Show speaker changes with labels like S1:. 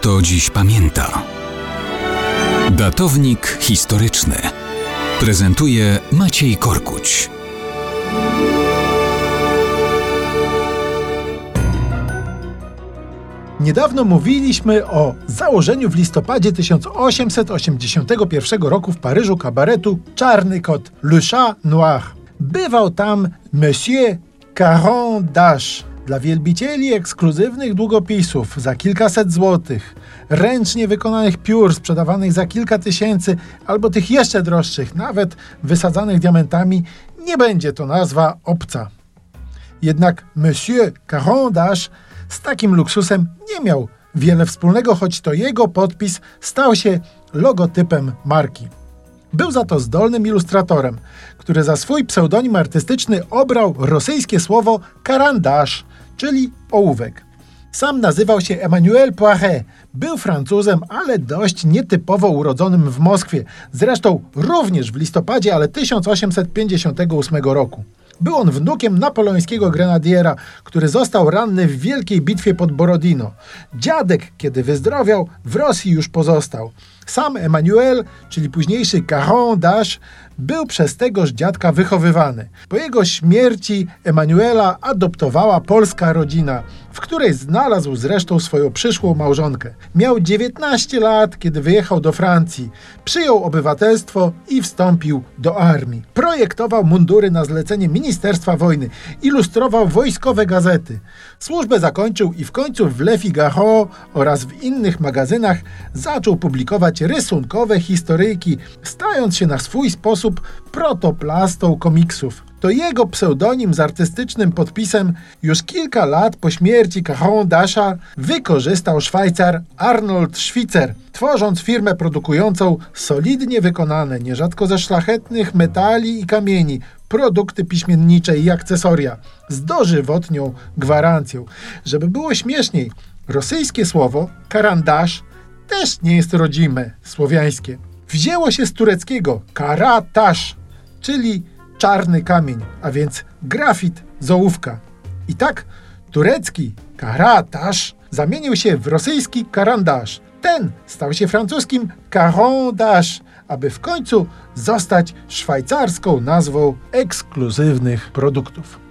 S1: kto dziś pamięta. Datownik historyczny prezentuje Maciej Korkuć.
S2: Niedawno mówiliśmy o założeniu w listopadzie 1881 roku w Paryżu kabaretu Czarny Kot, Le Chat Noir. Bywał tam Monsieur Caran d'Ache. Dla wielbicieli ekskluzywnych długopisów za kilkaset złotych, ręcznie wykonanych piór sprzedawanych za kilka tysięcy, albo tych jeszcze droższych, nawet wysadzanych diamentami, nie będzie to nazwa obca. Jednak Monsieur Caran d'Ache z takim luksusem nie miał wiele wspólnego, choć to jego podpis stał się logotypem marki. Był za to zdolnym ilustratorem, który za swój pseudonim artystyczny obrał rosyjskie słowo Caran d'Ache, czyli ołówek. Sam nazywał się Emmanuel Poiret, był Francuzem, ale dość nietypowo urodzonym w Moskwie, zresztą również w listopadzie, ale 1858 roku. Był on wnukiem napoleońskiego grenadiera, który został ranny w wielkiej bitwie pod Borodino. Dziadek, kiedy wyzdrowiał, w Rosji już pozostał. Sam Emmanuel, czyli późniejszy Caran d'Ache, był przez tegoż dziadka wychowywany. Po jego śmierci Emmanuela adoptowała polska rodzina, w której znalazł zresztą swoją przyszłą małżonkę. Miał 19 lat, kiedy wyjechał do Francji, przyjął obywatelstwo i wstąpił do armii. Projektował mundury na zlecenie Ministerstwa Wojny, ilustrował wojskowe gazety. Służbę zakończył i w końcu w Le Figaro oraz w innych magazynach zaczął publikować rysunkowe historyjki, stając się na swój sposób protoplastą komiksów. To jego pseudonim z artystycznym podpisem już kilka lat po śmierci Caran d'Ache'a wykorzystał Szwajcar Arnold Schweitzer, tworząc firmę produkującą solidnie wykonane, nierzadko ze szlachetnych metali i kamieni, produkty piśmiennicze i akcesoria z dożywotnią gwarancją. Żeby było śmieszniej, rosyjskie słowo Caran d'Ache też nie jest rodzime, słowiańskie. Wzięło się z tureckiego kara taş, czyli czarny kamień, a więc grafit z ołówka. I tak turecki kara taş zamienił się w rosyjski Caran d'Ache. Ten stał się francuskim Caran d'Ache, aby w końcu zostać szwajcarską nazwą ekskluzywnych produktów.